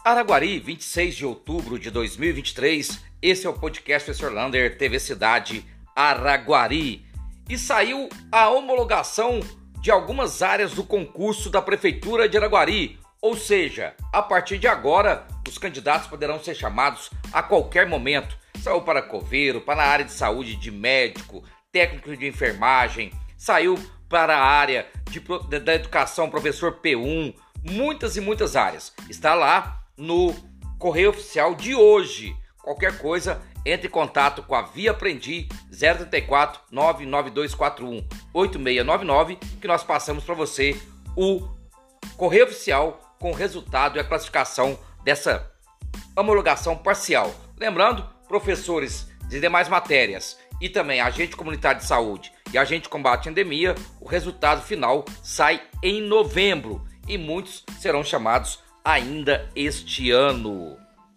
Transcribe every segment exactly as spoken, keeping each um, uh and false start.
Araguari, vinte e seis de outubro de dois mil e vinte e três, esse é o podcast Professor Lander, T V Cidade Araguari. E saiu a homologação de algumas áreas do concurso da Prefeitura de Araguari, ou seja, a partir de agora, os candidatos poderão ser chamados a qualquer momento. Saiu para coveiro, para a área de saúde, de médico, técnico de enfermagem, saiu para a área de, da educação, professor P um, muitas e muitas áreas. Está lá no correio oficial de hoje. Qualquer coisa, entre em contato com a Via Aprendi zero trinta e quatro, nove nove dois quatro um, oito seis nove nove, que nós passamos para você o correio oficial com o resultado e a classificação dessa homologação parcial. Lembrando, professores de demais matérias e também agente comunitário de saúde e agente de combate à endemia, o resultado final sai em novembro e muitos serão chamados ainda este ano.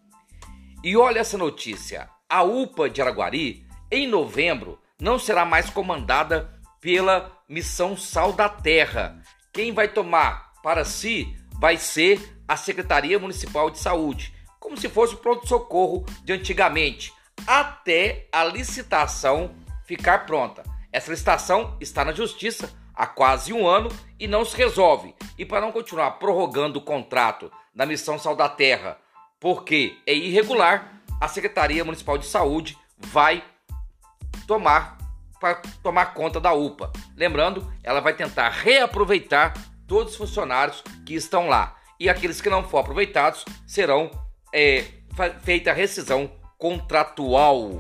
E olha essa notícia, a U P A de Araguari, em novembro, não será mais comandada pela Missão Sal da Terra. Quem vai tomar para si vai ser a Secretaria Municipal de Saúde, como se fosse o pronto-socorro de antigamente, até a licitação ficar pronta. Essa licitação está na Justiça há quase um ano e não se resolve. E para não continuar prorrogando o contrato da Missão Sal da Terra, porque é irregular, a Secretaria Municipal de Saúde vai tomar, para tomar conta da U P A. Lembrando, ela vai tentar reaproveitar todos os funcionários que estão lá. E aqueles que não forem aproveitados serão é, feita a rescisão contratual.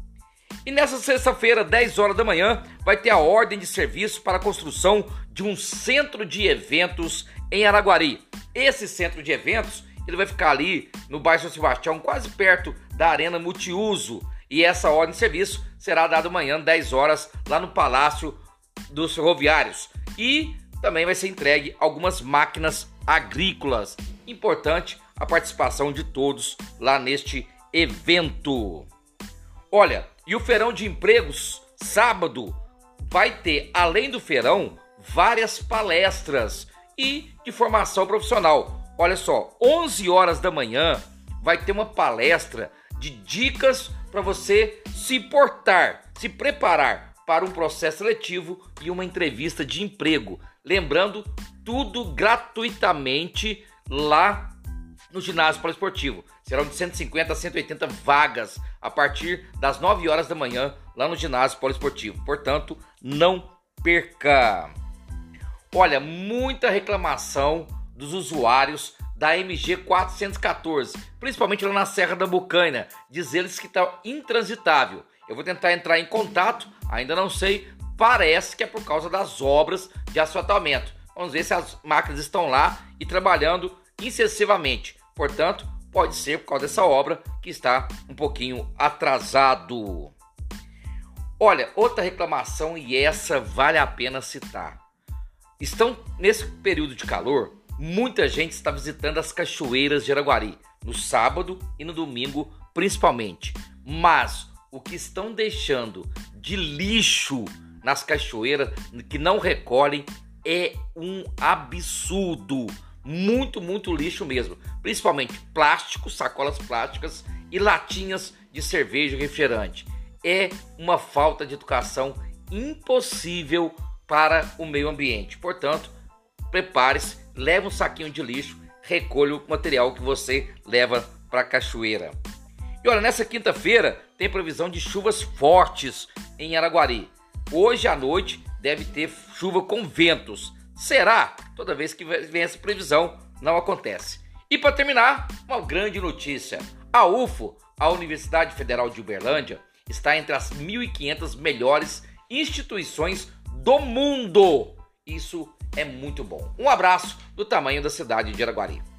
E nessa sexta-feira, dez horas da manhã, vai ter a ordem de serviço para a construção de um centro de eventos em Araguari. Esse centro de eventos ele vai ficar ali no bairro São Sebastião, quase perto da Arena Multiuso. E essa ordem de serviço será dada amanhã, dez horas, lá no Palácio dos Ferroviários. E também vai ser entregue algumas máquinas agrícolas. Importante a participação de todos lá neste evento. Olha, e o feirão de empregos, sábado, vai ter, além do feirão, várias palestras e de formação profissional. Olha só, onze horas da manhã vai ter uma palestra de dicas para você se portar, se preparar para um processo seletivo e uma entrevista de emprego. Lembrando, tudo gratuitamente lá no ginásio poliesportivo. Serão de cento e cinquenta a cento e oitenta vagas a partir das nove horas da manhã lá no ginásio poliesportivo. Portanto, não perca. Olha, muita reclamação dos usuários da M G quatrocentos e quatorze, principalmente lá na Serra da Bocaina. Diz eles que está intransitável. Eu vou tentar entrar em contato, ainda não sei, parece que é por causa das obras de asfaltamento. Vamos ver se as máquinas estão lá e trabalhando incessivamente. Portanto, pode ser por causa dessa obra que está um pouquinho atrasado. Olha, outra reclamação, e essa vale a pena citar. Estão nesse período de calor, muita gente está visitando as cachoeiras de Araguari, no sábado e no domingo principalmente. Mas o que estão deixando de lixo nas cachoeiras que não recolhem é um absurdo. Muito, muito lixo mesmo. Principalmente plástico, sacolas plásticas e latinhas de cerveja e refrigerante. É uma falta de educação impossível para o meio ambiente. Portanto, prepare-se, leve um saquinho de lixo, recolha o material que você leva para a cachoeira. E olha, nessa quinta-feira tem previsão de chuvas fortes em Araguari. Hoje à noite deve ter chuva com ventos. Será? Toda vez que vem essa previsão, não acontece. E para terminar, uma grande notícia. A U F O, a Universidade Federal de Uberlândia, está entre as mil e quinhentas melhores instituições do mundo. Isso é muito bom. Um abraço do tamanho da cidade de Araguari.